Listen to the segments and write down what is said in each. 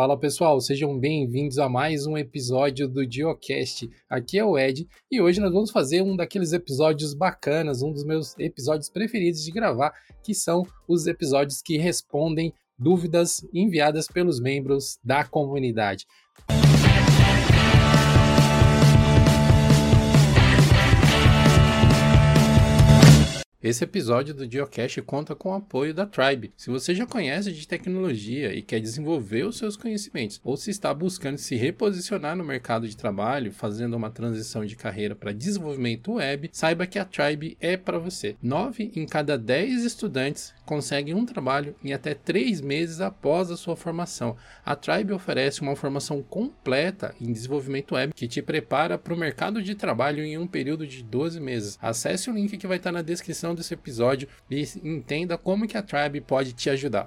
Fala pessoal, sejam bem-vindos a mais um episódio do Geocast. Aqui é o Ed e hoje nós vamos fazer um daqueles episódios bacanas, um dos meus episódios preferidos de gravar, que são os episódios que respondem dúvidas enviadas pelos membros da comunidade. Esse episódio do Geocast conta com o apoio da Tribe. Se você já conhece de tecnologia e quer desenvolver os seus conhecimentos, ou se está buscando se reposicionar no mercado de trabalho, fazendo uma transição de carreira para desenvolvimento web, saiba que a Tribe é para você. 9 em cada 10 estudantes conseguem um trabalho em até 3 meses após a sua formação. A Tribe oferece uma formação completa em desenvolvimento web que te prepara para o mercado de trabalho em um período de 12 meses. Acesse o link que vai estar na descrição desse episódio e entenda como que a Tribe pode te ajudar.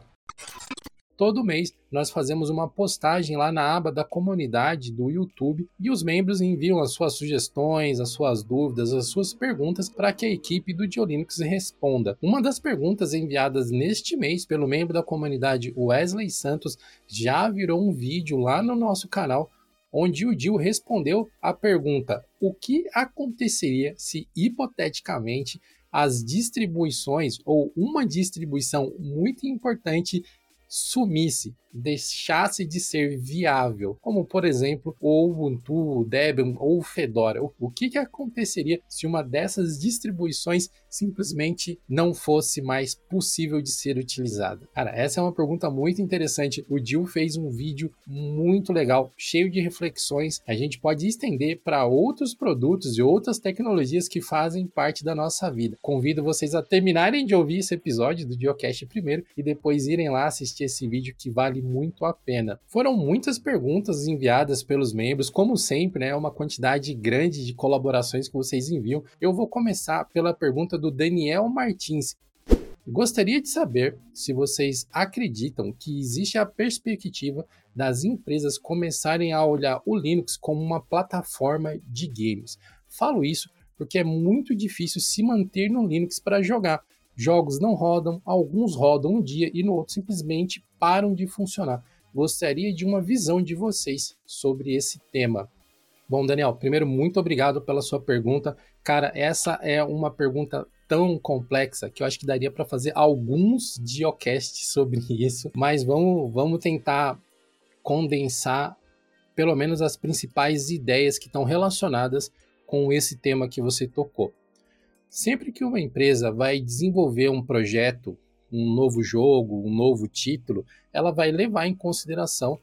Todo mês nós fazemos uma postagem lá na aba da comunidade do YouTube e os membros enviam as suas sugestões, as suas dúvidas, as suas perguntas para que a equipe do GeoLinux responda. Uma das perguntas enviadas neste mês pelo membro da comunidade Wesley Santos já virou um vídeo lá no nosso canal, onde o Gil respondeu a pergunta: o que aconteceria se hipoteticamente as distribuições ou uma distribuição muito importante sumisse, deixasse de ser viável, como por exemplo o Ubuntu, o Debian ou o Fedora? O que aconteceria se uma dessas distribuições simplesmente não fosse mais possível de ser utilizada? Cara, essa é uma pergunta muito interessante. O Gil fez um vídeo muito legal, cheio de reflexões. A gente pode estender para outros produtos e outras tecnologias que fazem parte da nossa vida. Convido vocês a terminarem de ouvir esse episódio do Geocast primeiro e depois irem lá assistir esse vídeo que vale muito a pena. Foram muitas perguntas enviadas pelos membros, como sempre, né? Uma quantidade grande de colaborações que vocês enviam. Eu vou começar pela pergunta do Daniel Martins. Gostaria de saber se vocês acreditam que existe a perspectiva das empresas começarem a olhar o Linux como uma plataforma de games. Falo isso porque é muito difícil se manter no Linux para jogar. Jogos não rodam, alguns rodam um dia e no outro simplesmente param de funcionar. Gostaria de uma visão de vocês sobre esse tema. Bom, Daniel, primeiro, muito obrigado pela sua pergunta. Cara, essa é uma pergunta tão complexa que eu acho que daria para fazer alguns geocasts sobre isso, mas vamos tentar condensar pelo menos as principais ideias que estão relacionadas com esse tema que você tocou. Sempre que uma empresa vai desenvolver um projeto, um novo jogo, um novo título, ela vai levar em consideração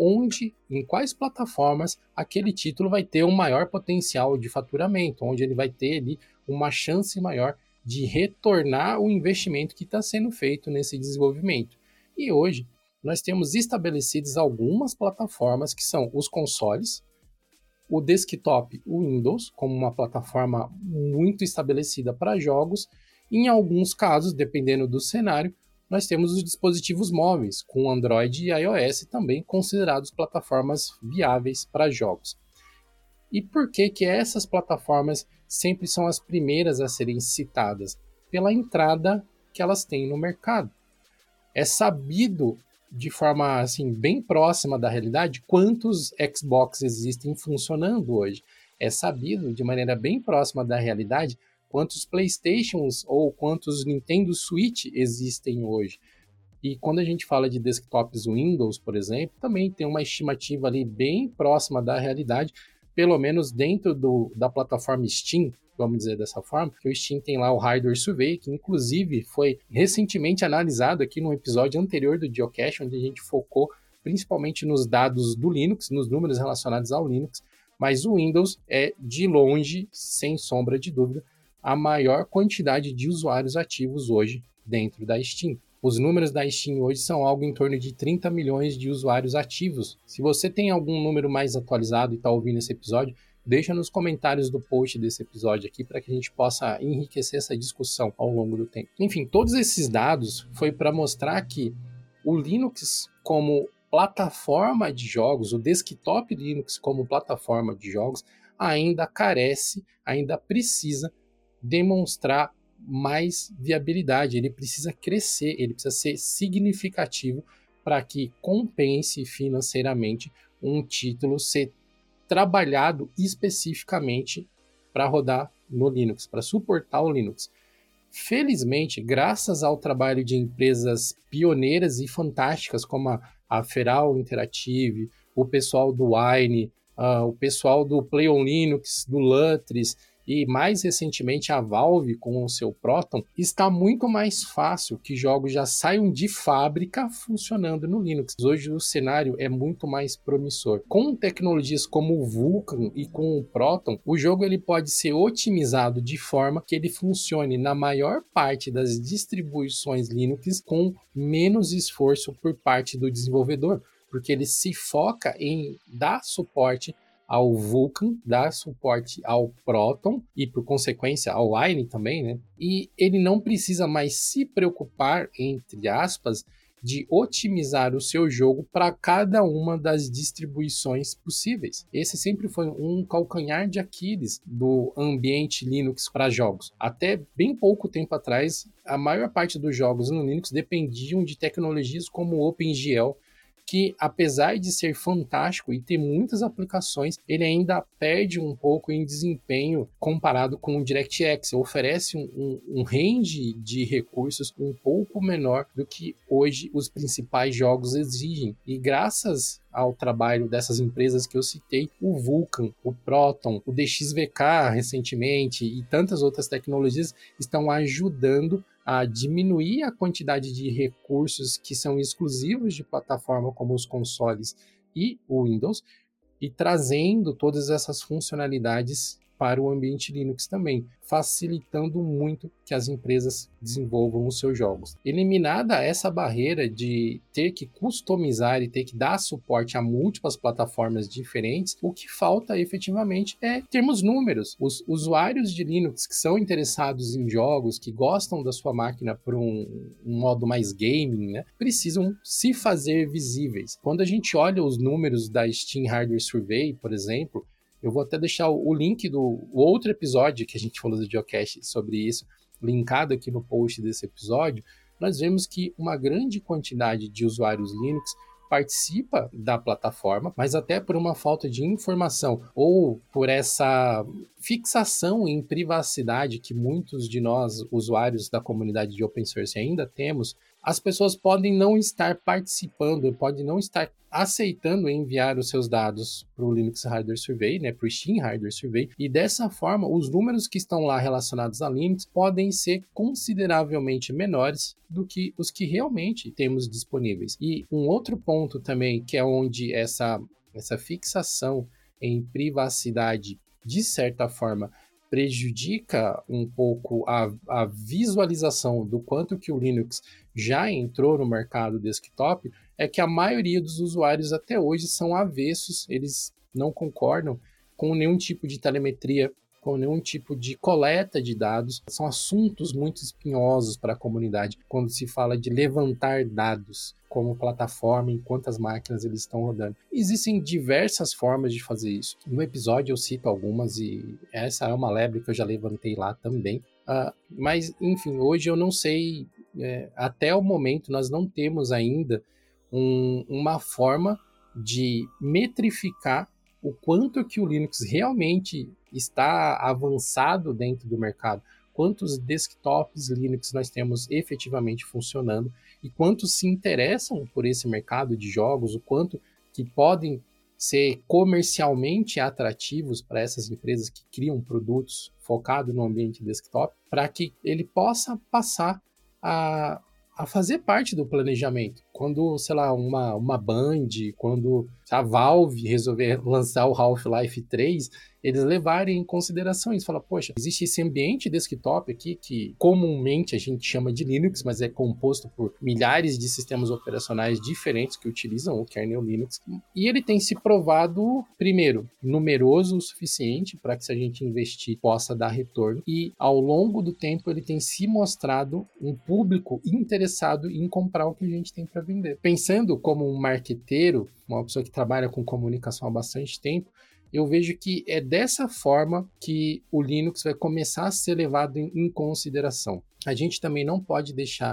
em quais plataformas aquele título vai ter um maior potencial de faturamento, onde ele vai ter ali uma chance maior de retornar o investimento que está sendo feito nesse desenvolvimento. E hoje nós temos estabelecidas algumas plataformas que são os consoles, o desktop, o Windows, como uma plataforma muito estabelecida para jogos. Em alguns casos, dependendo do cenário, nós temos os dispositivos móveis, com Android e iOS também considerados plataformas viáveis para jogos. E por que essas plataformas sempre são as primeiras a serem citadas? Pela entrada que elas têm no mercado. É sabido de forma assim, bem próxima da realidade quantos Xbox existem funcionando hoje. É sabido de maneira bem próxima da realidade quantos PlayStations ou quantos Nintendo Switch existem hoje. E quando a gente fala de desktops Windows, por exemplo, também tem uma estimativa ali bem próxima da realidade, pelo menos dentro da plataforma Steam, vamos dizer dessa forma, que o Steam tem lá o Hardware Survey, que inclusive foi recentemente analisado aqui no episódio anterior do Geocast, onde a gente focou principalmente nos dados do Linux, nos números relacionados ao Linux, mas o Windows é, de longe, sem sombra de dúvida, a maior quantidade de usuários ativos hoje dentro da Steam. Os números da Steam hoje são algo em torno de 30 milhões de usuários ativos. Se você tem algum número mais atualizado e está ouvindo esse episódio, deixa nos comentários do post desse episódio aqui para que a gente possa enriquecer essa discussão ao longo do tempo. Enfim, todos esses dados foi para mostrar que o Linux como plataforma de jogos, o desktop Linux como plataforma de jogos, ainda carece, ainda precisa demonstrar mais viabilidade, ele precisa crescer, ele precisa ser significativo para que compense financeiramente um título ser trabalhado especificamente para rodar no Linux, para suportar o Linux. Felizmente, graças ao trabalho de empresas pioneiras e fantásticas como a Feral Interactive, o pessoal do Wine, o pessoal do Play on Linux, do Lutris e mais recentemente a Valve com o seu Proton, está muito mais fácil que jogos já saiam de fábrica funcionando no Linux. Hoje o cenário é muito mais promissor. Com tecnologias como o Vulkan e com o Proton, o jogo ele pode ser otimizado de forma que ele funcione na maior parte das distribuições Linux com menos esforço por parte do desenvolvedor, porque ele se foca em dar suporte ao Vulkan, dar suporte ao Proton e, por consequência, ao Wine também, né? E ele não precisa mais se preocupar, entre aspas, de otimizar o seu jogo para cada uma das distribuições possíveis. Esse sempre foi um calcanhar de Aquiles do ambiente Linux para jogos. Até bem pouco tempo atrás, a maior parte dos jogos no Linux dependiam de tecnologias como o OpenGL, que apesar de ser fantástico e ter muitas aplicações, ele ainda perde um pouco em desempenho comparado com o DirectX. Oferece um range de recursos um pouco menor do que hoje os principais jogos exigem. E graças ao trabalho dessas empresas que eu citei, o Vulkan, o Proton, o DXVK recentemente e tantas outras tecnologias estão ajudando a diminuir a quantidade de recursos que são exclusivos de plataforma como os consoles e o Windows e trazendo todas essas funcionalidades para o ambiente Linux também, facilitando muito que as empresas desenvolvam os seus jogos. Eliminada essa barreira de ter que customizar e ter que dar suporte a múltiplas plataformas diferentes, o que falta efetivamente é termos números. Os usuários de Linux que são interessados em jogos, que gostam da sua máquina por um modo mais gaming, né, precisam se fazer visíveis. Quando a gente olha os números da Steam Hardware Survey, por exemplo, eu vou até deixar o link do outro episódio que a gente falou do Geocache sobre isso, linkado aqui no post desse episódio. Nós vemos que uma grande quantidade de usuários Linux participa da plataforma, mas até por uma falta de informação ou por essa fixação em privacidade que muitos de nós, usuários da comunidade de open source, ainda temos, as pessoas podem não estar participando, podem não estar aceitando enviar os seus dados para o Linux Hardware Survey, né, para o Steam Hardware Survey, e dessa forma os números que estão lá relacionados a Linux podem ser consideravelmente menores do que os que realmente temos disponíveis. E um outro ponto também, que é onde essa fixação em privacidade, de certa forma, prejudica um pouco a visualização do quanto que o Linux já entrou no mercado desktop, é que a maioria dos usuários até hoje são avessos, eles não concordam com nenhum tipo de telemetria, com nenhum tipo de coleta de dados. São assuntos muito espinhosos para a comunidade quando se fala de levantar dados como plataforma, em quantas máquinas eles estão rodando. Existem diversas formas de fazer isso. No episódio eu cito algumas e essa é uma lebre que eu já levantei lá também. Mas, enfim, hoje eu não sei, até o momento nós não temos ainda uma forma de metrificar o quanto que o Linux realmente está avançado dentro do mercado, quantos desktops Linux nós temos efetivamente funcionando e quantos se interessam por esse mercado de jogos, o quanto que podem ser comercialmente atrativos para essas empresas que criam produtos focados no ambiente desktop, para que ele possa passar a fazer parte do planejamento. Quando, sei lá, uma Band, quando a Valve resolver lançar o Half-Life 3, eles levarem em consideração isso. Fala, poxa, existe esse ambiente desktop aqui que comumente a gente chama de Linux, mas é composto por milhares de sistemas operacionais diferentes que utilizam o kernel Linux. E ele tem se provado, primeiro, numeroso o suficiente para que, se a gente investir, possa dar retorno. E ao longo do tempo ele tem se mostrado um público interessado em comprar o que a gente tem para vender. Pensando como um marqueteiro, uma pessoa que trabalha com comunicação há bastante tempo, eu vejo que é dessa forma que o Linux vai começar a ser levado em consideração. A gente também não pode deixar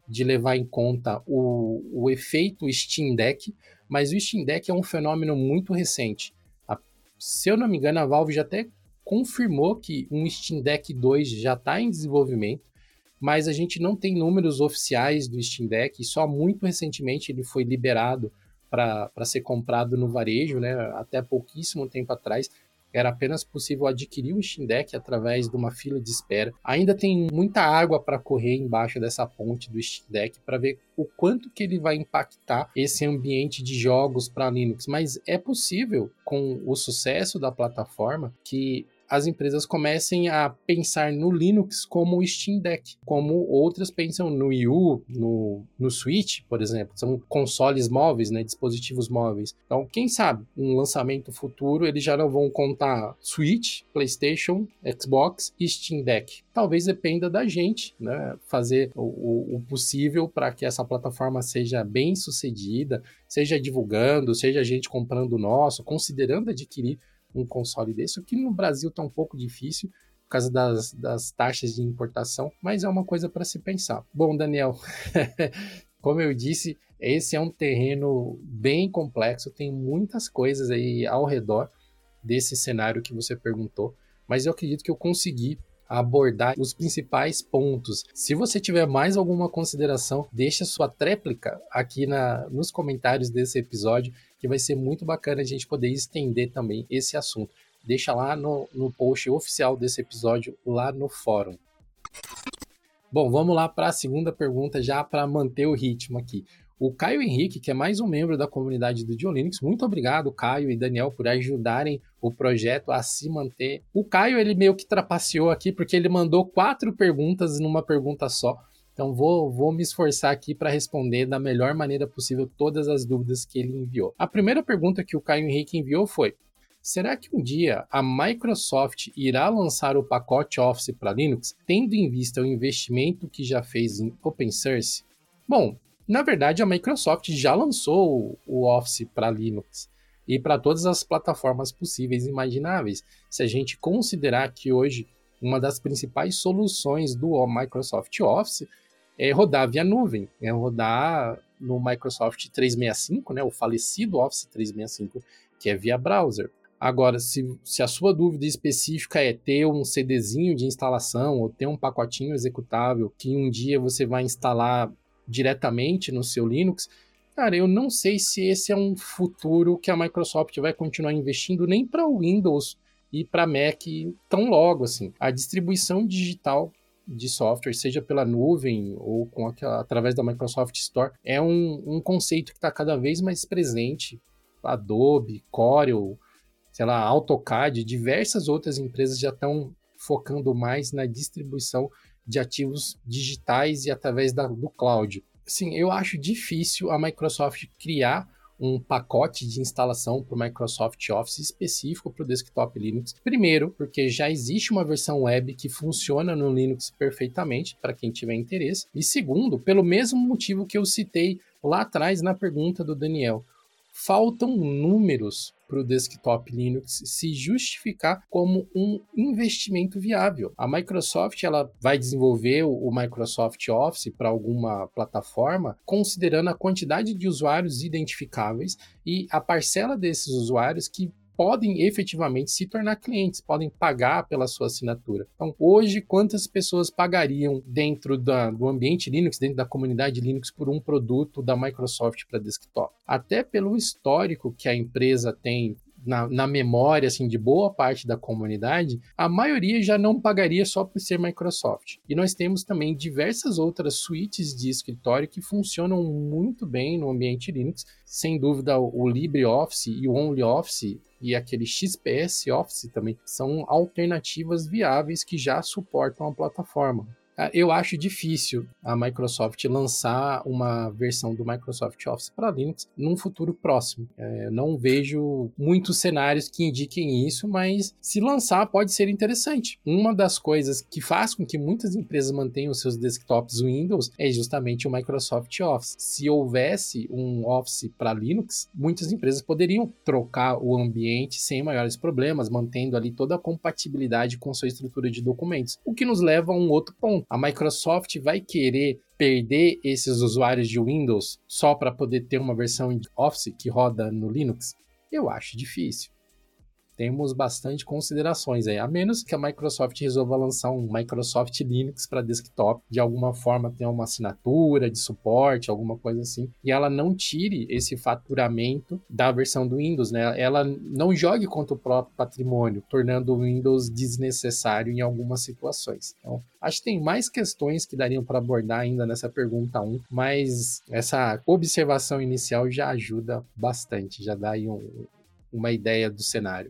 de levar em conta o efeito Steam Deck, mas o Steam Deck é um fenômeno muito recente. Se eu não me engano, a Valve já até confirmou que um Steam Deck 2 já está em desenvolvimento, mas a gente não tem números oficiais do Steam Deck, e só muito recentemente ele foi liberado para ser comprado no varejo, né? Até pouquíssimo tempo atrás era apenas possível adquirir o Steam Deck através de uma fila de espera. Ainda tem muita água para correr embaixo dessa ponte do Steam Deck para ver o quanto que ele vai impactar esse ambiente de jogos para Linux, mas é possível, com o sucesso da plataforma, que as empresas comecem a pensar no Linux como o Steam Deck, como outras pensam no Wii U, no Switch, por exemplo. São consoles móveis, né, dispositivos móveis. Então, quem sabe, um lançamento futuro, eles já não vão contar Switch, PlayStation, Xbox e Steam Deck. Talvez dependa da gente, né, fazer o possível para que essa plataforma seja bem sucedida, seja divulgando, seja a gente comprando o nosso, considerando adquirir um console desse, o que no Brasil está um pouco difícil por causa das taxas de importação, mas é uma coisa para se pensar. Bom, Daniel, como eu disse, esse é um terreno bem complexo, tem muitas coisas aí ao redor desse cenário que você perguntou, mas eu acredito que eu consegui abordar os principais pontos. Se você tiver mais alguma consideração, deixa sua tréplica aqui nos comentários desse episódio, que vai ser muito bacana a gente poder estender também esse assunto. Deixa lá no post oficial desse episódio, lá no fórum. Bom, vamos lá para a segunda pergunta, já para manter o ritmo aqui. O Caio Henrique, que é mais um membro da comunidade do Diolinux, muito obrigado, Caio e Daniel, por ajudarem o projeto a se manter. O Caio, ele meio que trapaceou aqui, porque ele mandou 4 perguntas numa pergunta só. Então, vou me esforçar aqui para responder da melhor maneira possível todas as dúvidas que ele enviou. A primeira pergunta que o Caio Henrique enviou foi: será que um dia a Microsoft irá lançar o pacote Office para Linux, tendo em vista o investimento que já fez em open source? Bom, na verdade, a Microsoft já lançou o Office para Linux e para todas as plataformas possíveis e imagináveis. Se a gente considerar que hoje uma das principais soluções do Microsoft Office é rodar via nuvem, é rodar no Microsoft 365, né, o falecido Office 365, que é via browser. Agora, se a sua dúvida específica é ter um CDzinho de instalação ou ter um pacotinho executável que um dia você vai instalar diretamente no seu Linux, cara, eu não sei se esse é um futuro que a Microsoft vai continuar investindo nem para o Windows e para Mac tão logo assim. A distribuição digital de software, seja pela nuvem ou através da Microsoft Store, é um conceito que está cada vez mais presente. Adobe, Corel, sei lá, AutoCAD, diversas outras empresas já estão focando mais na distribuição de ativos digitais e através do cloud. Sim, eu acho difícil a Microsoft criar um pacote de instalação para o Microsoft Office específico para o desktop Linux. Primeiro, porque já existe uma versão web que funciona no Linux perfeitamente, para quem tiver interesse. E segundo, pelo mesmo motivo que eu citei lá atrás na pergunta do Daniel. Faltam números para o desktop Linux se justificar como um investimento viável. A Microsoft ela vai desenvolver o Microsoft Office para alguma plataforma, considerando a quantidade de usuários identificáveis e a parcela desses usuários que podem efetivamente se tornar clientes, podem pagar pela sua assinatura. Então, hoje, quantas pessoas pagariam dentro do ambiente Linux, dentro da comunidade Linux, por um produto da Microsoft para desktop? Até pelo histórico que a empresa tem na memória assim, de boa parte da comunidade, a maioria já não pagaria só por ser Microsoft. E nós temos também diversas outras suítes de escritório que funcionam muito bem no ambiente Linux. Sem dúvida, o LibreOffice e o OnlyOffice e aquele XPS Office também são alternativas viáveis que já suportam a plataforma. Eu acho difícil a Microsoft lançar uma versão do Microsoft Office para Linux num futuro próximo. Não vejo muitos cenários que indiquem isso, mas se lançar pode ser interessante. Uma das coisas que faz com que muitas empresas mantenham seus desktops Windows é justamente o Microsoft Office. Se houvesse um Office para Linux, muitas empresas poderiam trocar o ambiente sem maiores problemas, mantendo ali toda a compatibilidade com sua estrutura de documentos, o que nos leva a um outro ponto. Então, a Microsoft vai querer perder esses usuários de Windows só para poder ter uma versão de Office que roda no Linux? Eu acho difícil. Temos bastante considerações aí, a menos que a Microsoft resolva lançar um Microsoft Linux para desktop, de alguma forma tenha uma assinatura de suporte, alguma coisa assim, e ela não tire esse faturamento da versão do Windows, né? Ela não jogue contra o próprio patrimônio, tornando o Windows desnecessário em algumas situações. Então, acho que tem mais questões que dariam para abordar ainda nessa pergunta 1, mas essa observação inicial já ajuda bastante, já dá aí uma ideia do cenário.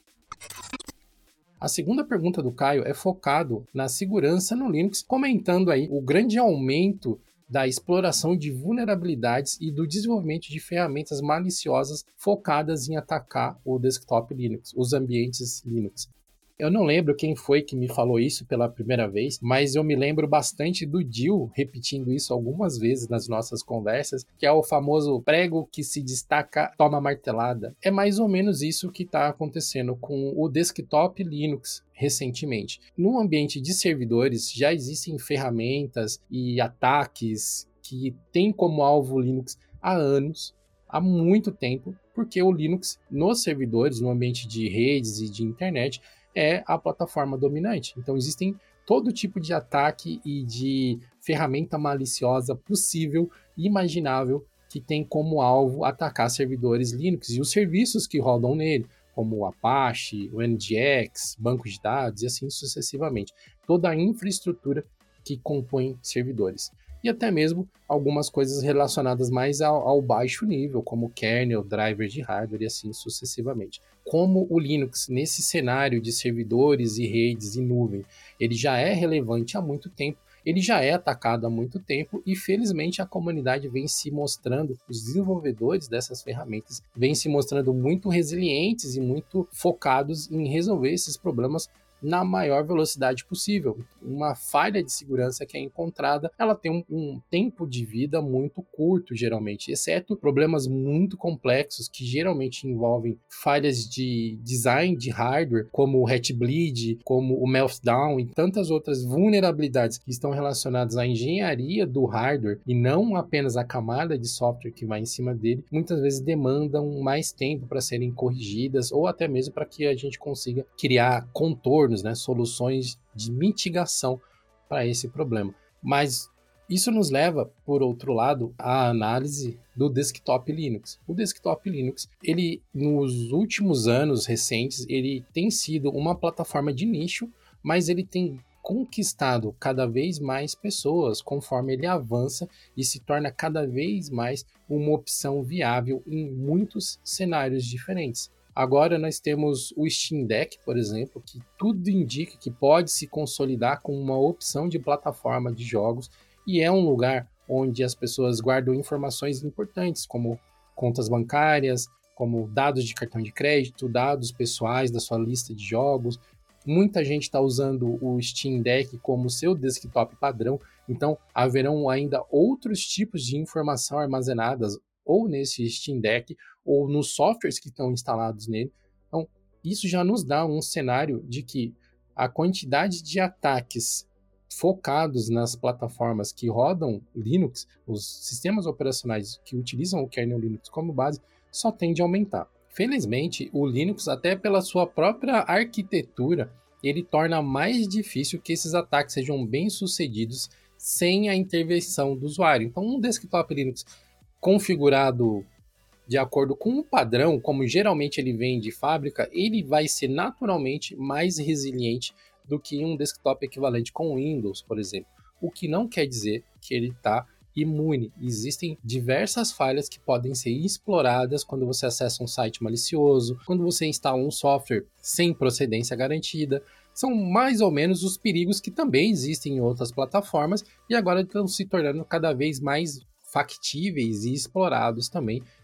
A segunda pergunta do Caio é focado na segurança no Linux, comentando aí o grande aumento da exploração de vulnerabilidades e do desenvolvimento de ferramentas maliciosas focadas em atacar o desktop Linux, os ambientes Linux. Eu não lembro quem foi que me falou isso pela primeira vez, mas eu me lembro bastante do Dil repetindo isso algumas vezes nas nossas conversas, que é o famoso prego que se destaca, toma martelada. É mais ou menos isso que está acontecendo com o desktop Linux recentemente. No ambiente de servidores já existem ferramentas e ataques que têm como alvo Linux há anos, há muito tempo, porque o Linux nos servidores, no ambiente de redes e de internet, é a plataforma dominante. Então existem todo tipo de ataque e de ferramenta maliciosa possível e imaginável que tem como alvo atacar servidores Linux e os serviços que rodam nele, como o Apache, o NGX, bancos de dados e assim sucessivamente. Toda a infraestrutura que compõe servidores. E até mesmo algumas coisas relacionadas mais ao baixo nível, como kernel, driver de hardware e assim sucessivamente. Como o Linux, nesse cenário de servidores e redes e nuvem, ele já é relevante há muito tempo, ele já é atacado há muito tempo e felizmente a comunidade vem se mostrando, os desenvolvedores dessas ferramentas vêm se mostrando muito resilientes e muito focados em resolver esses problemas na maior velocidade possível. Uma falha de segurança que é encontrada, ela tem um tempo de vida muito curto, geralmente, exceto problemas muito complexos que geralmente envolvem falhas de design de hardware, como o Hatbleed, como o Meltdown e tantas outras vulnerabilidades que estão relacionadas à engenharia do hardware e não apenas a camada de software que vai em cima dele, muitas vezes demandam mais tempo para serem corrigidas ou até mesmo para que a gente consiga criar contornos, né, soluções de mitigação para esse problema. Mas isso nos leva, por outro lado, à análise do desktop Linux. O desktop Linux, ele nos últimos anos recentes, ele tem sido uma plataforma de nicho, mas ele tem conquistado cada vez mais pessoas conforme ele avança e se torna cada vez mais uma opção viável em muitos cenários diferentes. Agora nós temos o Steam Deck, por exemplo, que tudo indica que pode se consolidar como uma opção de plataforma de jogos e é um lugar onde as pessoas guardam informações importantes, como contas bancárias, como dados de cartão de crédito, dados pessoais da sua lista de jogos. Muita gente está usando o Steam Deck como seu desktop padrão, então haverão ainda outros tipos de informação armazenadas ou nesse Steam Deck, ou nos softwares que estão instalados nele. Então, isso já nos dá um cenário de que a quantidade de ataques focados nas plataformas que rodam Linux, os sistemas operacionais que utilizam o kernel Linux como base, só tende a aumentar. Felizmente, o Linux, até pela sua própria arquitetura, ele torna mais difícil que esses ataques sejam bem-sucedidos sem a intervenção do usuário. Então, um desktop Linux configurado de acordo com o padrão, como geralmente ele vem de fábrica, ele vai ser naturalmente mais resiliente do que um desktop equivalente com Windows, por exemplo. O que não quer dizer que ele está imune. Existem diversas falhas que podem ser exploradas quando você acessa um site malicioso, quando você instala um software sem procedência garantida. São mais ou menos os perigos que também existem em outras plataformas e agora estão se tornando cada vez mais factíveis e explorados também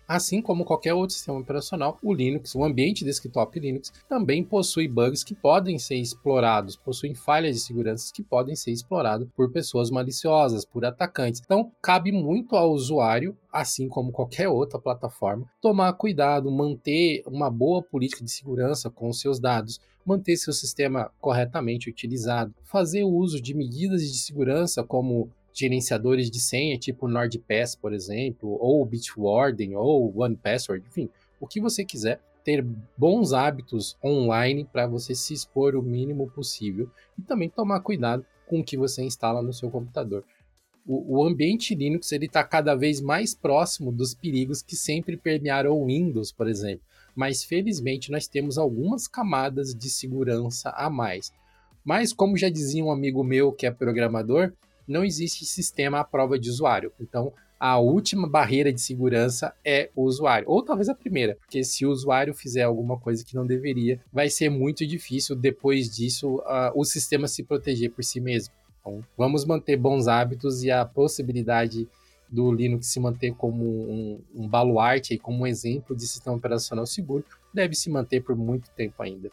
Assim como qualquer outro sistema operacional, o Linux, o ambiente desktop Linux, também possui bugs que podem ser explorados, possuem falhas de segurança que podem ser exploradas por pessoas maliciosas, por atacantes. Então, cabe muito ao usuário, assim como qualquer outra plataforma, tomar cuidado, manter uma boa política de segurança com os seus dados, manter seu sistema corretamente utilizado, fazer uso de medidas de segurança como gerenciadores de senha, tipo NordPass, por exemplo, ou Bitwarden, ou OnePassword, enfim, o que você quiser, ter bons hábitos online para você se expor o mínimo possível e também tomar cuidado com o que você instala no seu computador. O ambiente Linux está cada vez mais próximo dos perigos que sempre permearam o Windows, por exemplo, mas felizmente nós temos algumas camadas de segurança a mais. Mas, como já dizia um amigo meu que é programador, não existe sistema à prova de usuário. Então, a última barreira de segurança é o usuário. Ou talvez a primeira, porque se o usuário fizer alguma coisa que não deveria, vai ser muito difícil depois disso o sistema se proteger por si mesmo. Então, vamos manter bons hábitos e a possibilidade do Linux se manter como um baluarte, e como um exemplo de sistema operacional seguro, deve se manter por muito tempo ainda.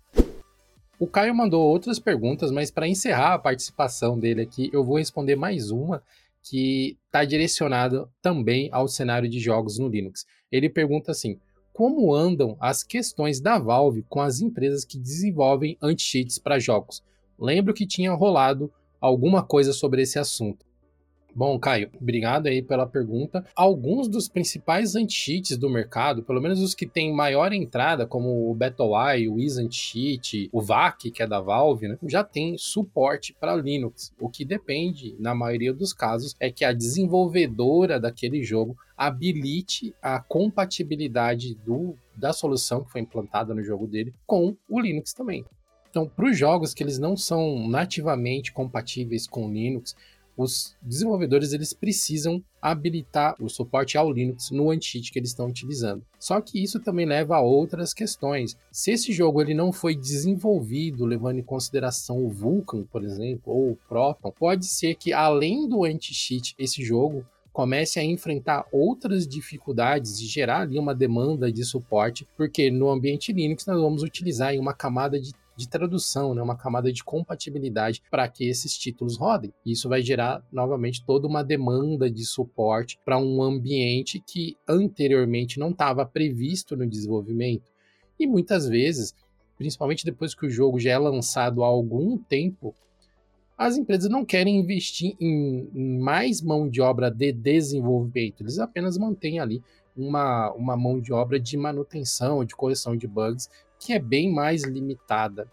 O Caio mandou outras perguntas, mas para encerrar a participação dele aqui, eu vou responder mais uma que está direcionada também ao cenário de jogos no Linux. Ele pergunta assim: como andam as questões da Valve com as empresas que desenvolvem anti-cheats para jogos? Lembro que tinha rolado alguma coisa sobre esse assunto. Bom, Caio, obrigado aí pela pergunta. Alguns dos principais anti-cheats do mercado, pelo menos os que têm maior entrada, como o BattlEye, o Easy Anti-Cheat, o VAC, que é da Valve, né, já tem suporte para Linux. O que depende, na maioria dos casos, é que a desenvolvedora daquele jogo habilite a compatibilidade da solução que foi implantada no jogo dele com o Linux também. Então, para os jogos que eles não são nativamente compatíveis com Linux, os desenvolvedores eles precisam habilitar o suporte ao Linux no anti-cheat que eles estão utilizando. Só que isso também leva a outras questões. Se esse jogo ele não foi desenvolvido levando em consideração o Vulkan, por exemplo, ou o Proton, pode ser que além do anti-cheat esse jogo comece a enfrentar outras dificuldades e gerar ali uma demanda de suporte, porque no ambiente Linux nós vamos utilizar uma camada de tradução, né, uma camada de compatibilidade para que esses títulos rodem. Isso vai gerar, novamente, toda uma demanda de suporte para um ambiente que anteriormente não estava previsto no desenvolvimento. E muitas vezes, principalmente depois que o jogo já é lançado há algum tempo, as empresas não querem investir em mais mão de obra de desenvolvimento, eles apenas mantêm ali uma mão de obra de manutenção, de correção de bugs, que é bem mais limitada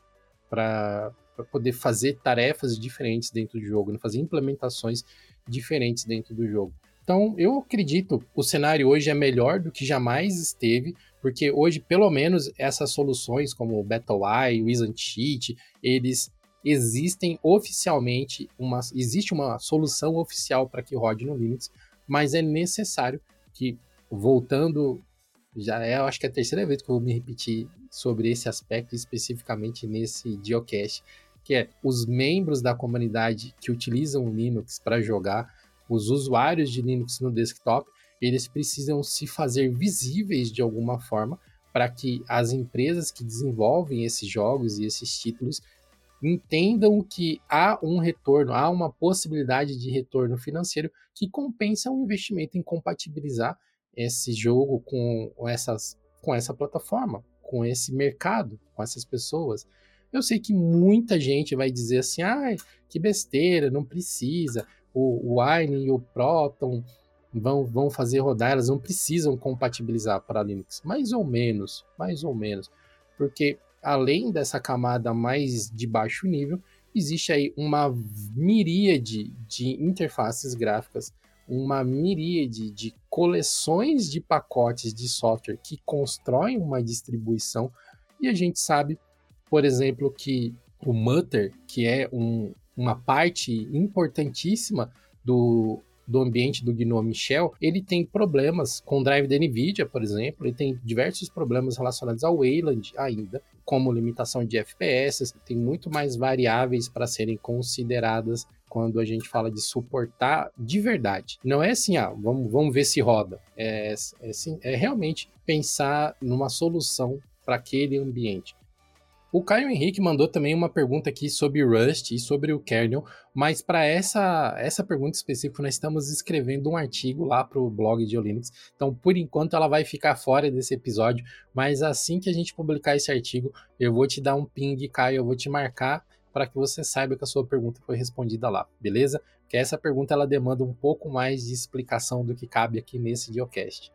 para poder fazer tarefas diferentes dentro do jogo, né? Fazer implementações diferentes dentro do jogo. Então, eu acredito que o cenário hoje é melhor do que jamais esteve, porque hoje, pelo menos, essas soluções como o BattlEye, o Easy Anti-Cheat, eles existem oficialmente, existe uma solução oficial para que rode no Linux, mas é necessário que, voltando, eu acho que é a terceira vez que eu vou me repetir sobre esse aspecto, especificamente nesse Geocache, que é os membros da comunidade que utilizam o Linux para jogar, os usuários de Linux no desktop, eles precisam se fazer visíveis de alguma forma para que as empresas que desenvolvem esses jogos e esses títulos entendam que há um retorno, há uma possibilidade de retorno financeiro que compensa o investimento em compatibilizar esse jogo com essa plataforma, com esse mercado, com essas pessoas. Eu sei que muita gente vai dizer assim, que besteira, não precisa, o Wine e o Proton vão fazer rodar, elas não precisam compatibilizar para Linux, mais ou menos, porque além dessa camada mais de baixo nível, existe aí uma miríade de interfaces gráficas, uma miríade de coleções de pacotes de software que constroem uma distribuição, e a gente sabe, por exemplo, que o Mutter, que é uma parte importantíssima do ambiente do GNOME Shell, ele tem problemas com o drive da NVIDIA, por exemplo, ele tem diversos problemas relacionados ao Wayland ainda, como limitação de FPS, tem muito mais variáveis para serem consideradas quando a gente fala de suportar de verdade. Não é assim, vamos ver se roda. É realmente pensar numa solução para aquele ambiente. O Caio Henrique mandou também uma pergunta aqui sobre o Rust e sobre o kernel, mas para essa pergunta específica nós estamos escrevendo um artigo lá para o blog de Linux, então por enquanto ela vai ficar fora desse episódio, mas assim que a gente publicar esse artigo, eu vou te dar um ping, Caio, eu vou te marcar para que você saiba que a sua pergunta foi respondida lá, beleza? Porque essa pergunta ela demanda um pouco mais de explicação do que cabe aqui nesse Geocast.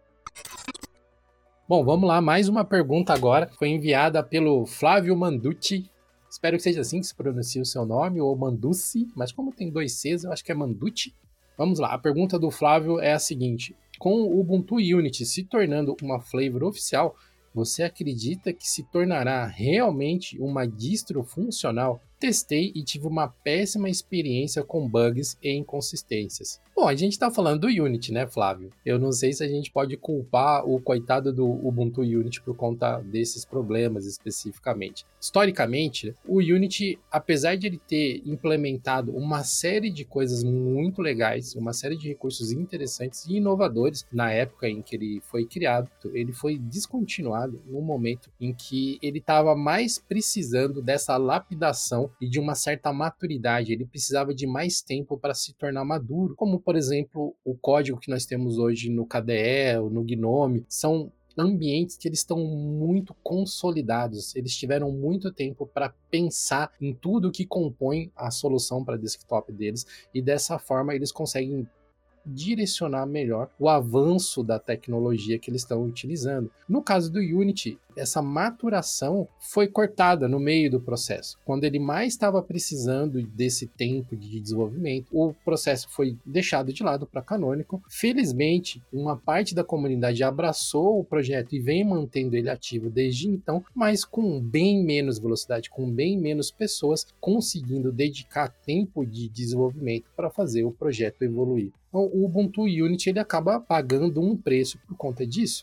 Bom, vamos lá, mais uma pergunta agora, foi enviada pelo Flávio Manducci, espero que seja assim que se pronuncia o seu nome, ou Manducci, mas como tem 2 Cs, eu acho que é Manducci. Vamos lá, a pergunta do Flávio é a seguinte: com o Ubuntu Unity se tornando uma flavor oficial, você acredita que se tornará realmente uma distro funcional? Testei e tive uma péssima experiência com bugs e inconsistências. Bom, a gente está falando do Unity, né, Flávio? Eu não sei se a gente pode culpar o coitado do Ubuntu Unity por conta desses problemas especificamente. Historicamente, o Unity, apesar de ele ter implementado uma série de coisas muito legais, uma série de recursos interessantes e inovadores na época em que ele foi criado, ele foi descontinuado no momento em que ele estava mais precisando dessa lapidação e de uma certa maturidade. Ele precisava de mais tempo para se tornar maduro, como por exemplo o código que nós temos hoje no KDE ou no GNOME, são ambientes que eles estão muito consolidados, eles tiveram muito tempo para pensar em tudo que compõe a solução para desktop deles, e dessa forma eles conseguem direcionar melhor o avanço da tecnologia que eles estão utilizando. No caso do Unity, essa maturação foi cortada no meio do processo. Quando ele mais estava precisando desse tempo de desenvolvimento, o processo foi deixado de lado para Canonical. Felizmente, uma parte da comunidade abraçou o projeto e vem mantendo ele ativo desde então, mas com bem menos velocidade, com bem menos pessoas conseguindo dedicar tempo de desenvolvimento para fazer o projeto evoluir. Então, o Ubuntu Unity ele acaba pagando um preço por conta disso.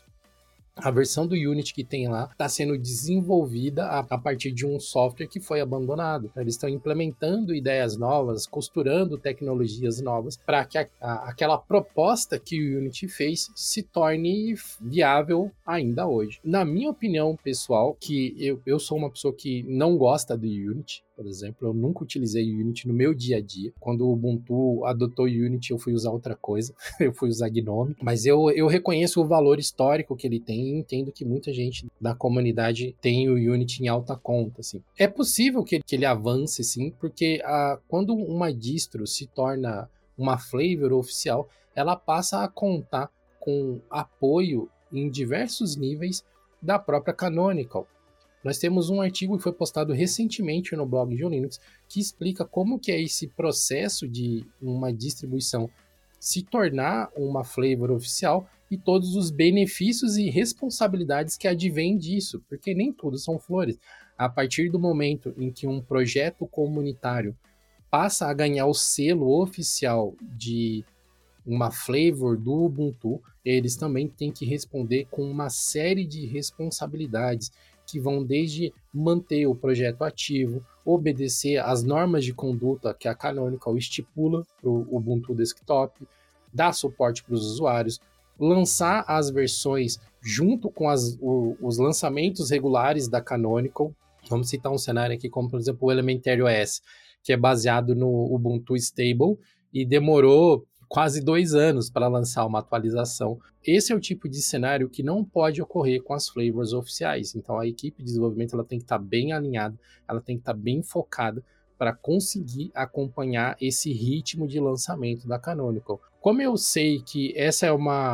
A versão do Unity que tem lá está sendo desenvolvida a partir de um software que foi abandonado. Eles estão implementando ideias novas, costurando tecnologias novas para que aquela proposta que o Unity fez se torne viável ainda hoje. Na minha opinião pessoal, que eu sou uma pessoa que não gosta do Unity, por exemplo, eu nunca utilizei o Unity no meu dia a dia. Quando o Ubuntu adotou o Unity, eu fui usar outra coisa, eu fui usar GNOME, mas eu reconheço o valor histórico que ele tem e entendo que muita gente da comunidade tem o Unity em alta conta, assim. É possível que ele avance, sim, porque quando uma distro se torna uma flavor oficial, ela passa a contar com apoio em diversos níveis da própria Canonical. Nós temos um artigo que foi postado recentemente no blog de Linux que explica como que é esse processo de uma distribuição se tornar uma flavor oficial e todos os benefícios e responsabilidades que advêm disso, porque nem tudo são flores. A partir do momento em que um projeto comunitário passa a ganhar o selo oficial de uma flavor do Ubuntu, eles também têm que responder com uma série de responsabilidades que vão desde manter o projeto ativo, obedecer às normas de conduta que a Canonical estipula para o Ubuntu Desktop, dar suporte para os usuários, lançar as versões junto com os lançamentos regulares da Canonical. Vamos citar um cenário aqui como, por exemplo, o Elementary OS, que é baseado no Ubuntu Stable e demorou quase 2 anos para lançar uma atualização. Esse é o tipo de cenário que não pode ocorrer com as flavors oficiais. Então a equipe de desenvolvimento ela tem que estar bem alinhada, ela tem que estar bem focada para conseguir acompanhar esse ritmo de lançamento da Canonical. Como eu sei que essa é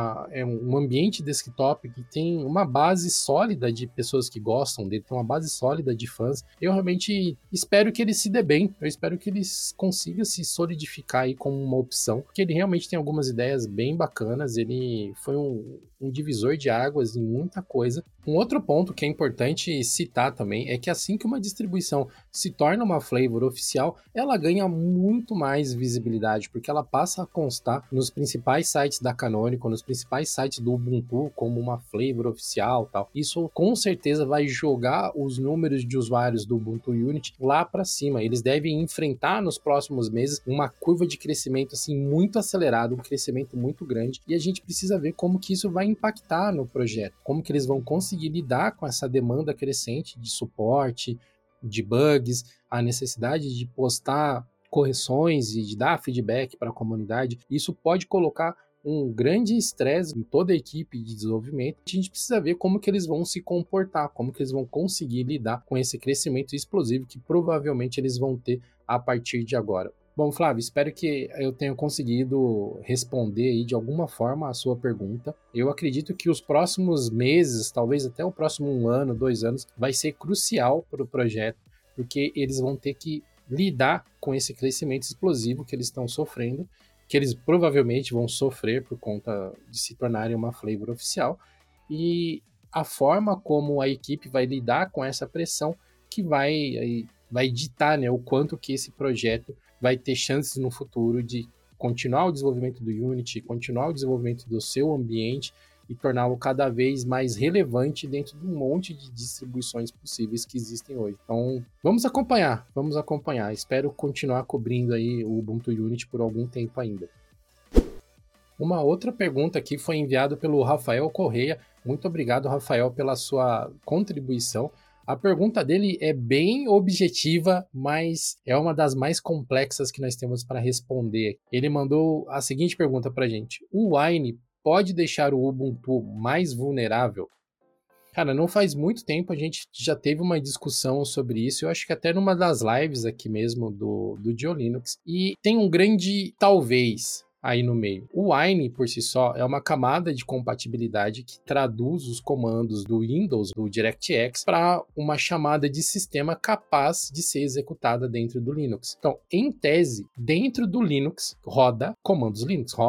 um ambiente desktop que tem uma base sólida de pessoas que gostam dele, tem uma base sólida de fãs, eu realmente espero que ele se dê bem, eu espero que ele consiga se solidificar aí como uma opção, porque ele realmente tem algumas ideias bem bacanas, ele foi um divisor de águas em muita coisa. Um outro ponto que é importante citar também é que assim que uma distribuição se torna uma flavor oficial, ela ganha muito mais visibilidade, porque ela passa a constar nos nos principais sites da Canonical, nos principais sites do Ubuntu, como uma flavor oficial e tal. Isso com certeza vai jogar os números de usuários do Ubuntu Unity lá para cima. Eles devem enfrentar nos próximos meses uma curva de crescimento assim muito acelerada, um crescimento muito grande, e a gente precisa ver como que isso vai impactar no projeto, como que eles vão conseguir lidar com essa demanda crescente de suporte, de bugs, a necessidade de postar correções e de dar feedback para a comunidade. Isso pode colocar um grande estresse em toda a equipe de desenvolvimento. A gente precisa ver como que eles vão se comportar, como que eles vão conseguir lidar com esse crescimento explosivo que provavelmente eles vão ter a partir de agora. Bom, Flávio, espero que eu tenha conseguido responder aí de alguma forma a sua pergunta. Eu acredito que os próximos meses, talvez até o próximo 1 ano, 2 anos, vai ser crucial para o projeto, porque eles vão ter que lidar com esse crescimento explosivo que eles estão sofrendo, que eles provavelmente vão sofrer por conta de se tornarem uma flavor oficial, e a forma como a equipe vai lidar com essa pressão que vai ditar, né, o quanto que esse projeto vai ter chances no futuro de continuar o desenvolvimento do Unity, continuar o desenvolvimento do seu ambiente e torná-lo cada vez mais relevante dentro de um monte de distribuições possíveis que existem hoje. Então, vamos acompanhar. Espero continuar cobrindo aí o Ubuntu Unity por algum tempo ainda. Uma outra pergunta aqui foi enviada pelo Rafael Correia. Muito obrigado, Rafael, pela sua contribuição. A pergunta dele é bem objetiva, mas é uma das mais complexas que nós temos para responder. Ele mandou a seguinte pergunta para a gente: o Wine pode deixar o Ubuntu mais vulnerável? Cara, não faz muito tempo a gente já teve uma discussão sobre isso, eu acho que até numa das lives aqui mesmo do GeoLinux, e tem um grande talvez aí no meio. O Wine, por si só, é uma camada de compatibilidade que traduz os comandos do Windows, do DirectX, para uma chamada de sistema capaz de ser executada dentro do Linux. Então, em tese, dentro do Linux rodam comandos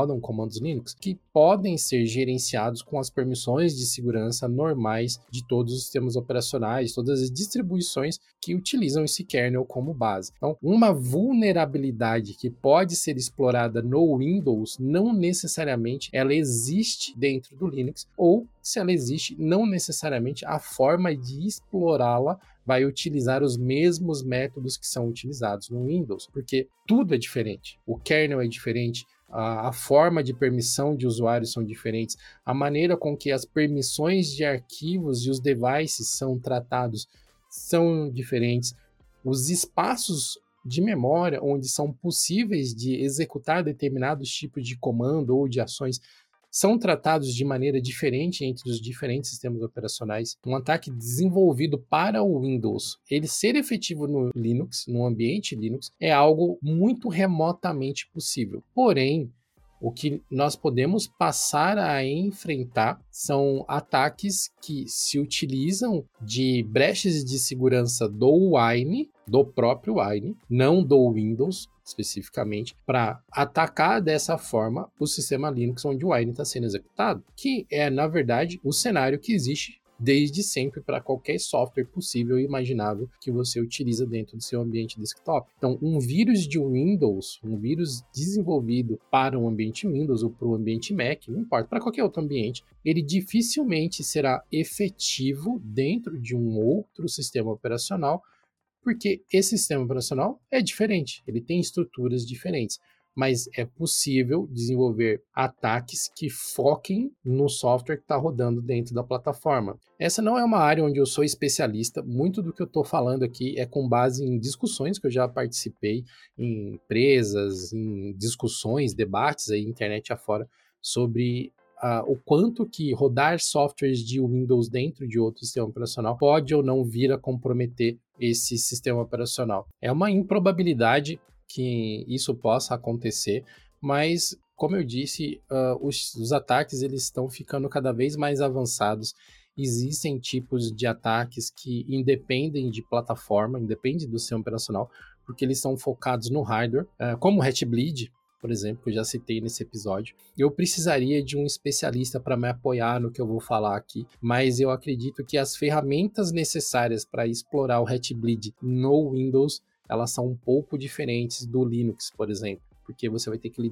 Linux que podem ser gerenciados com as permissões de segurança normais de todos os sistemas operacionais, todas as distribuições que utilizam esse kernel como base. Então, uma vulnerabilidade que pode ser explorada no Windows, não necessariamente ela existe dentro do Linux, ou se ela existe, não necessariamente a forma de explorá-la vai utilizar os mesmos métodos que são utilizados no Windows, porque tudo é diferente. O kernel é diferente, a forma de permissão de usuários são diferentes, a maneira com que as permissões de arquivos e os devices são tratados são diferentes, os espaços de memória onde são possíveis de executar determinados tipos de comando ou de ações são tratados de maneira diferente entre os diferentes sistemas operacionais. Um ataque desenvolvido para o Windows, ele ser efetivo no Linux, no ambiente Linux, é algo muito remotamente possível. Porém, o que nós podemos passar a enfrentar são ataques que se utilizam de brechas de segurança do Wine, do próprio Wine, não do Windows especificamente, para atacar dessa forma o sistema Linux onde o Wine está sendo executado, que é, na verdade, o cenário que existe desde sempre para qualquer software possível e imaginável que você utiliza dentro do seu ambiente desktop. Então, um vírus de Windows, um vírus desenvolvido para um ambiente Windows ou para o ambiente Mac, não importa, para qualquer outro ambiente, ele dificilmente será efetivo dentro de um outro sistema operacional, porque esse sistema operacional é diferente, ele tem estruturas diferentes. Mas é possível desenvolver ataques que foquem no software que está rodando dentro da plataforma. Essa não é uma área onde eu sou especialista, muito do que eu estou falando aqui é com base em discussões que eu já participei em empresas, em discussões, debates aí, internet afora, sobre o quanto que rodar softwares de Windows dentro de outro sistema operacional pode ou não vir a comprometer esse sistema operacional. É uma improbabilidade que isso possa acontecer, mas como eu disse, os ataques eles estão ficando cada vez mais avançados. Existem tipos de ataques que independem de plataforma, independem do sistema operacional, porque eles são focados no hardware, como o Hatbleed, por exemplo, que eu já citei nesse episódio. Eu precisaria de um especialista para me apoiar no que eu vou falar aqui, mas eu acredito que as ferramentas necessárias para explorar o Hatbleed no Windows elas são um pouco diferentes do Linux, por exemplo, porque você vai ter que lidar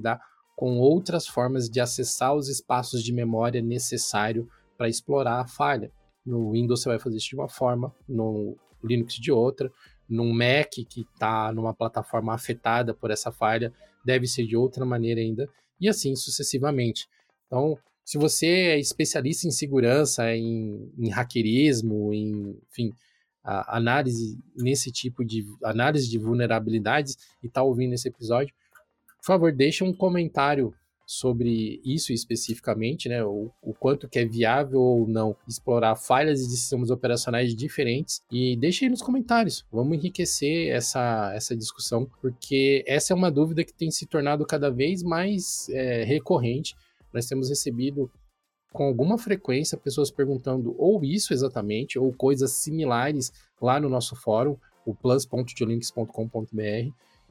com outras formas de acessar os espaços de memória necessário para explorar a falha. No Windows você vai fazer isso de uma forma, no Linux de outra, num Mac que está numa plataforma afetada por essa falha, deve ser de outra maneira ainda, e assim sucessivamente. Então, se você é especialista em segurança, em hackerismo, enfim, análise nesse tipo de análise de vulnerabilidades e está ouvindo esse episódio, por favor, deixe um comentário sobre isso especificamente, né? O quanto que é viável ou não explorar falhas de sistemas operacionais diferentes, e deixe aí nos comentários. Vamos enriquecer essa discussão, porque essa é uma dúvida que tem se tornado cada vez mais recorrente. Nós temos recebido com alguma frequência pessoas perguntando ou isso exatamente, ou coisas similares lá no nosso fórum, o plus.geolinux.com.br.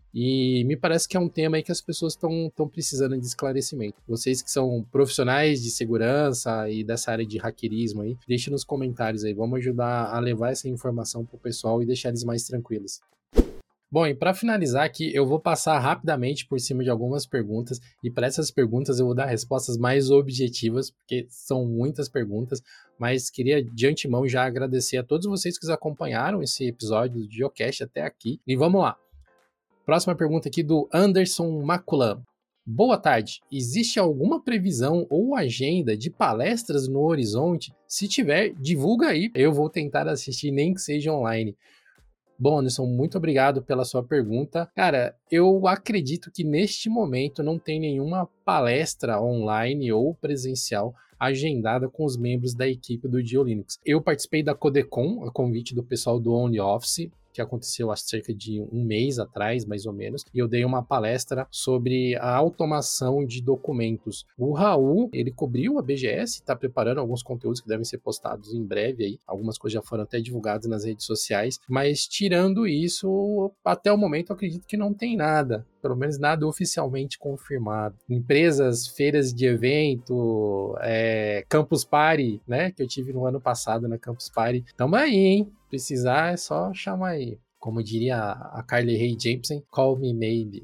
E me parece que é um tema aí que as pessoas estão precisando de esclarecimento. Vocês que são profissionais de segurança e dessa área de hackerismo aí, deixem nos comentários aí. Vamos ajudar a levar essa informação para o pessoal e deixar eles mais tranquilos. Bom, e para finalizar aqui, eu vou passar rapidamente por cima de algumas perguntas, e para essas perguntas eu vou dar respostas mais objetivas, porque são muitas perguntas, mas queria de antemão já agradecer a todos vocês que acompanharam esse episódio do Geocast até aqui. E vamos lá. Próxima pergunta aqui do Anderson Maculam. Boa tarde. Existe alguma previsão ou agenda de palestras no horizonte? Se tiver, divulga aí. Eu vou tentar assistir, nem que seja online. Bom, Anderson, muito obrigado pela sua pergunta. Cara, eu acredito que neste momento não tem nenhuma palestra online ou presencial agendada com os membros da equipe do GeoLinux. Eu participei da Codecon, a convite do pessoal do OnlyOffice, que aconteceu há cerca de um mês atrás, mais ou menos, e eu dei uma palestra sobre a automação de documentos. O Raul, ele cobriu a BGS, está preparando alguns conteúdos que devem ser postados em breve aí, algumas coisas já foram até divulgadas nas redes sociais, mas tirando isso, até o momento eu acredito que não tem nada, pelo menos nada oficialmente confirmado. Empresas, feiras de evento, Campus Party, né, que eu tive no ano passado na Campus Party, tamo aí, hein? Precisar é só chamar aí. Como diria a Carly Rae Jepsen, call me maybe.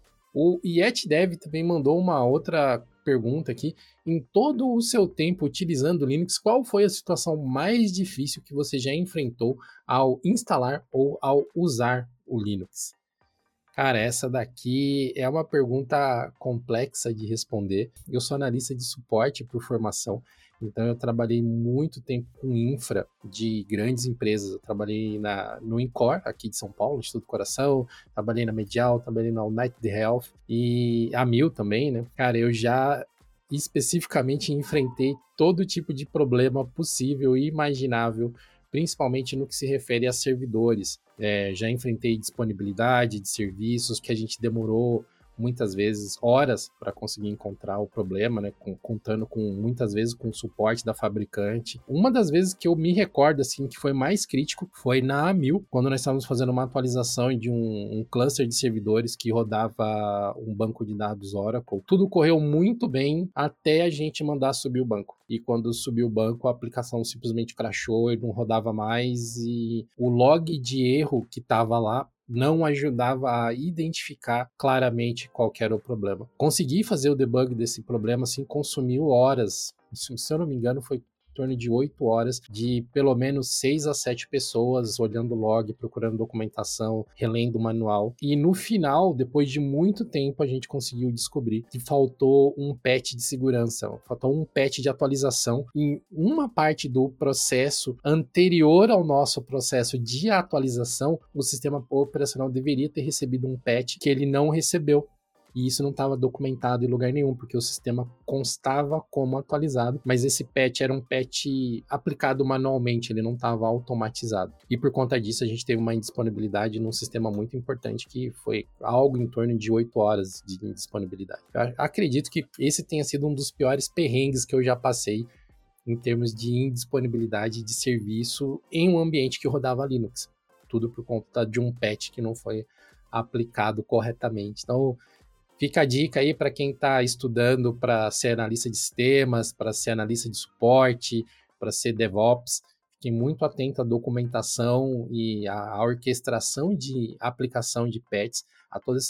O YetDev também mandou uma outra pergunta aqui. Em todo o seu tempo utilizando o Linux, qual foi a situação mais difícil que você já enfrentou ao instalar ou ao usar o Linux? Cara, essa daqui é uma pergunta complexa de responder. Eu sou analista de suporte por formação, então eu trabalhei muito tempo com infra de grandes empresas. Eu trabalhei no Incor, aqui de São Paulo, Instituto do Coração, trabalhei na Medial, trabalhei na United Health e a Mil também, né? Cara, eu já especificamente enfrentei todo tipo de problema possível e imaginável, principalmente no que se refere a servidores. Já enfrentei disponibilidade de serviços que a gente demorou muitas vezes horas para conseguir encontrar o problema, né? Contando com muitas vezes com o suporte da fabricante. Uma das vezes que eu me recordo assim que foi mais crítico foi na A1000, quando nós estávamos fazendo uma atualização de um cluster de servidores que rodava um banco de dados Oracle. Tudo correu muito bem até a gente mandar subir o banco. E quando subiu o banco, a aplicação simplesmente crashou e não rodava mais, e o log de erro que estava lá não ajudava a identificar claramente qual que era o problema. Consegui fazer o debug desse problema, assim, consumiu horas. Se eu não me engano, foi em torno de 8 horas, de pelo menos 6 a 7 pessoas olhando o log, procurando documentação, relendo o manual. E no final, depois de muito tempo, a gente conseguiu descobrir que faltou um patch de segurança, faltou um patch de atualização em uma parte do processo anterior ao nosso processo de atualização. O sistema operacional deveria ter recebido um patch que ele não recebeu. E isso não estava documentado em lugar nenhum, porque o sistema constava como atualizado, mas esse patch era um patch aplicado manualmente, ele não estava automatizado. E por conta disso, a gente teve uma indisponibilidade num sistema muito importante, que foi algo em torno de 8 horas de indisponibilidade. Eu acredito que esse tenha sido um dos piores perrengues que eu já passei em termos de indisponibilidade de serviço em um ambiente que rodava Linux. Tudo por conta de um patch que não foi aplicado corretamente. Então, fica a dica aí para quem está estudando para ser analista de sistemas, para ser analista de suporte, para ser DevOps. Fiquem muito atento à documentação e à orquestração de aplicação de patches, a toda essa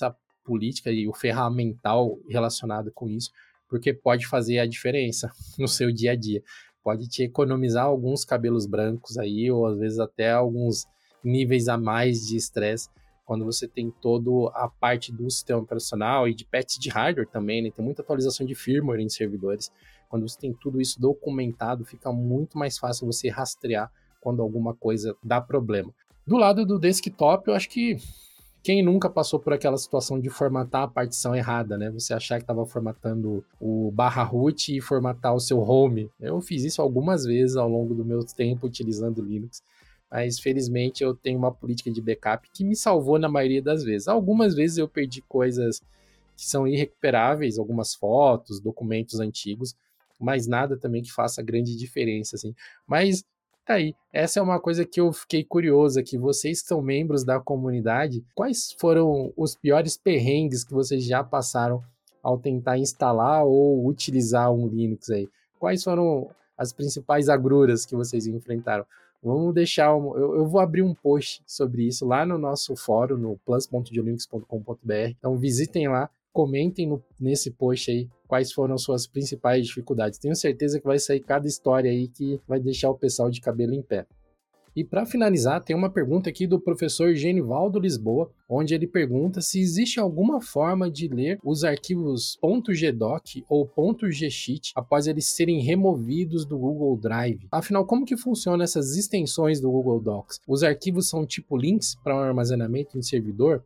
política e o ferramental relacionado com isso, porque pode fazer a diferença no seu dia a dia. Pode te economizar alguns cabelos brancos aí, ou às vezes até alguns níveis a mais de estresse, quando você tem toda a parte do sistema operacional e de patches de hardware também, né? Tem muita atualização de firmware em servidores. Quando você tem tudo isso documentado, fica muito mais fácil você rastrear quando alguma coisa dá problema. Do lado do desktop, eu acho que quem nunca passou por aquela situação de formatar a partição errada, né? Você achar que estava formatando o /root e formatar o seu home. Eu fiz isso algumas vezes ao longo do meu tempo utilizando Linux, mas felizmente eu tenho uma política de backup que me salvou na maioria das vezes. Algumas vezes eu perdi coisas que são irrecuperáveis, algumas fotos, documentos antigos, mas nada também que faça grande diferença, assim. Mas tá aí, essa é uma coisa que eu fiquei curioso aqui. Vocês que são membros da comunidade, quais foram os piores perrengues que vocês já passaram ao tentar instalar ou utilizar um Linux aí? Quais foram as principais agruras que vocês enfrentaram? Vamos deixar, eu vou abrir um post sobre isso lá no nosso fórum, no plus.geolinux.com.br. Então visitem lá, comentem nesse post aí quais foram suas principais dificuldades. Tenho certeza que vai sair cada história aí que vai deixar o pessoal de cabelo em pé. E para finalizar, tem uma pergunta aqui do professor Genivaldo Lisboa, onde ele pergunta se existe alguma forma de ler os arquivos .gdoc ou .gsheet após eles serem removidos do Google Drive. Afinal, como que funcionam essas extensões do Google Docs? Os arquivos são tipo links para um armazenamento em servidor?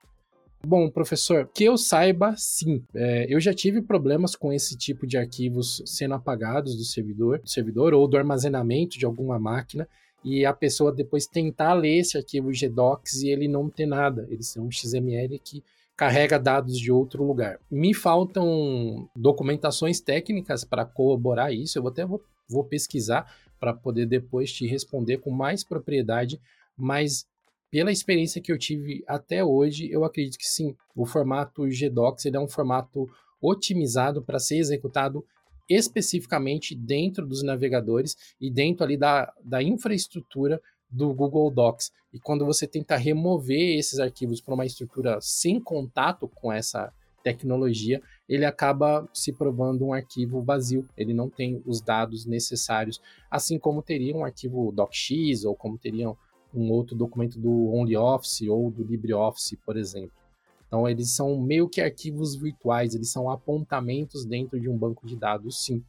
Bom, professor, que eu saiba, sim. Eu já tive problemas com esse tipo de arquivos sendo apagados do servidor ou do armazenamento de alguma máquina, e a pessoa depois tentar ler esse arquivo GDocs e ele não ter nada. Eles são um XML que carrega dados de outro lugar. Me faltam documentações técnicas para corroborar isso. Eu vou pesquisar para poder depois te responder com mais propriedade, mas pela experiência que eu tive até hoje, eu acredito que sim. O formato GDocs ele é um formato otimizado para ser executado especificamente dentro dos navegadores e dentro ali da infraestrutura do Google Docs. E quando você tenta remover esses arquivos para uma estrutura sem contato com essa tecnologia, ele acaba se provando um arquivo vazio. Ele não tem os dados necessários, assim como teria um arquivo docx ou como teria um outro documento do OnlyOffice ou do LibreOffice, por exemplo. Então, eles são meio que arquivos virtuais, eles são apontamentos dentro de um banco de dados, sim.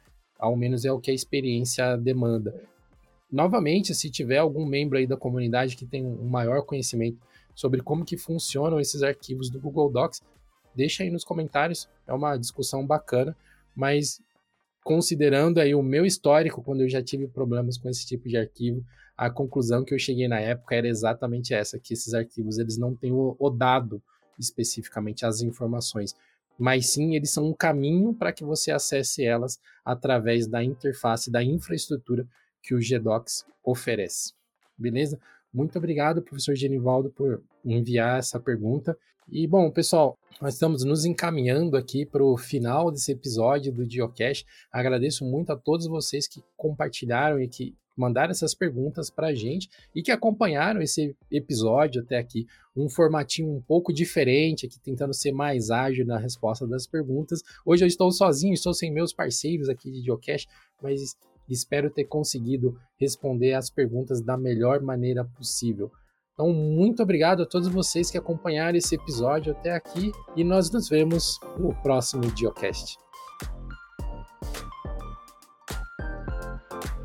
Ao menos é o que a experiência demanda. Novamente, se tiver algum membro aí da comunidade que tem um maior conhecimento sobre como que funcionam esses arquivos do Google Docs, deixa aí nos comentários, é uma discussão bacana, mas considerando aí o meu histórico, quando eu já tive problemas com esse tipo de arquivo, a conclusão que eu cheguei na época era exatamente essa, que esses arquivos eles não têm o dado especificamente as informações, mas sim eles são um caminho para que você acesse elas através da interface, da infraestrutura que o GDocs oferece. Beleza? Muito obrigado, professor Genivaldo, por enviar essa pergunta. E, bom, pessoal, nós estamos nos encaminhando aqui para o final desse episódio do Geocache. Agradeço muito a todos vocês que compartilharam e que mandaram essas perguntas para a gente e que acompanharam esse episódio até aqui. Um formatinho um pouco diferente aqui, tentando ser mais ágil na resposta das perguntas. Hoje eu estou sozinho, estou sem meus parceiros aqui de Geocache, mas espero ter conseguido responder as perguntas da melhor maneira possível. Então, muito obrigado a todos vocês que acompanharam esse episódio até aqui e nós nos vemos no próximo Geocast.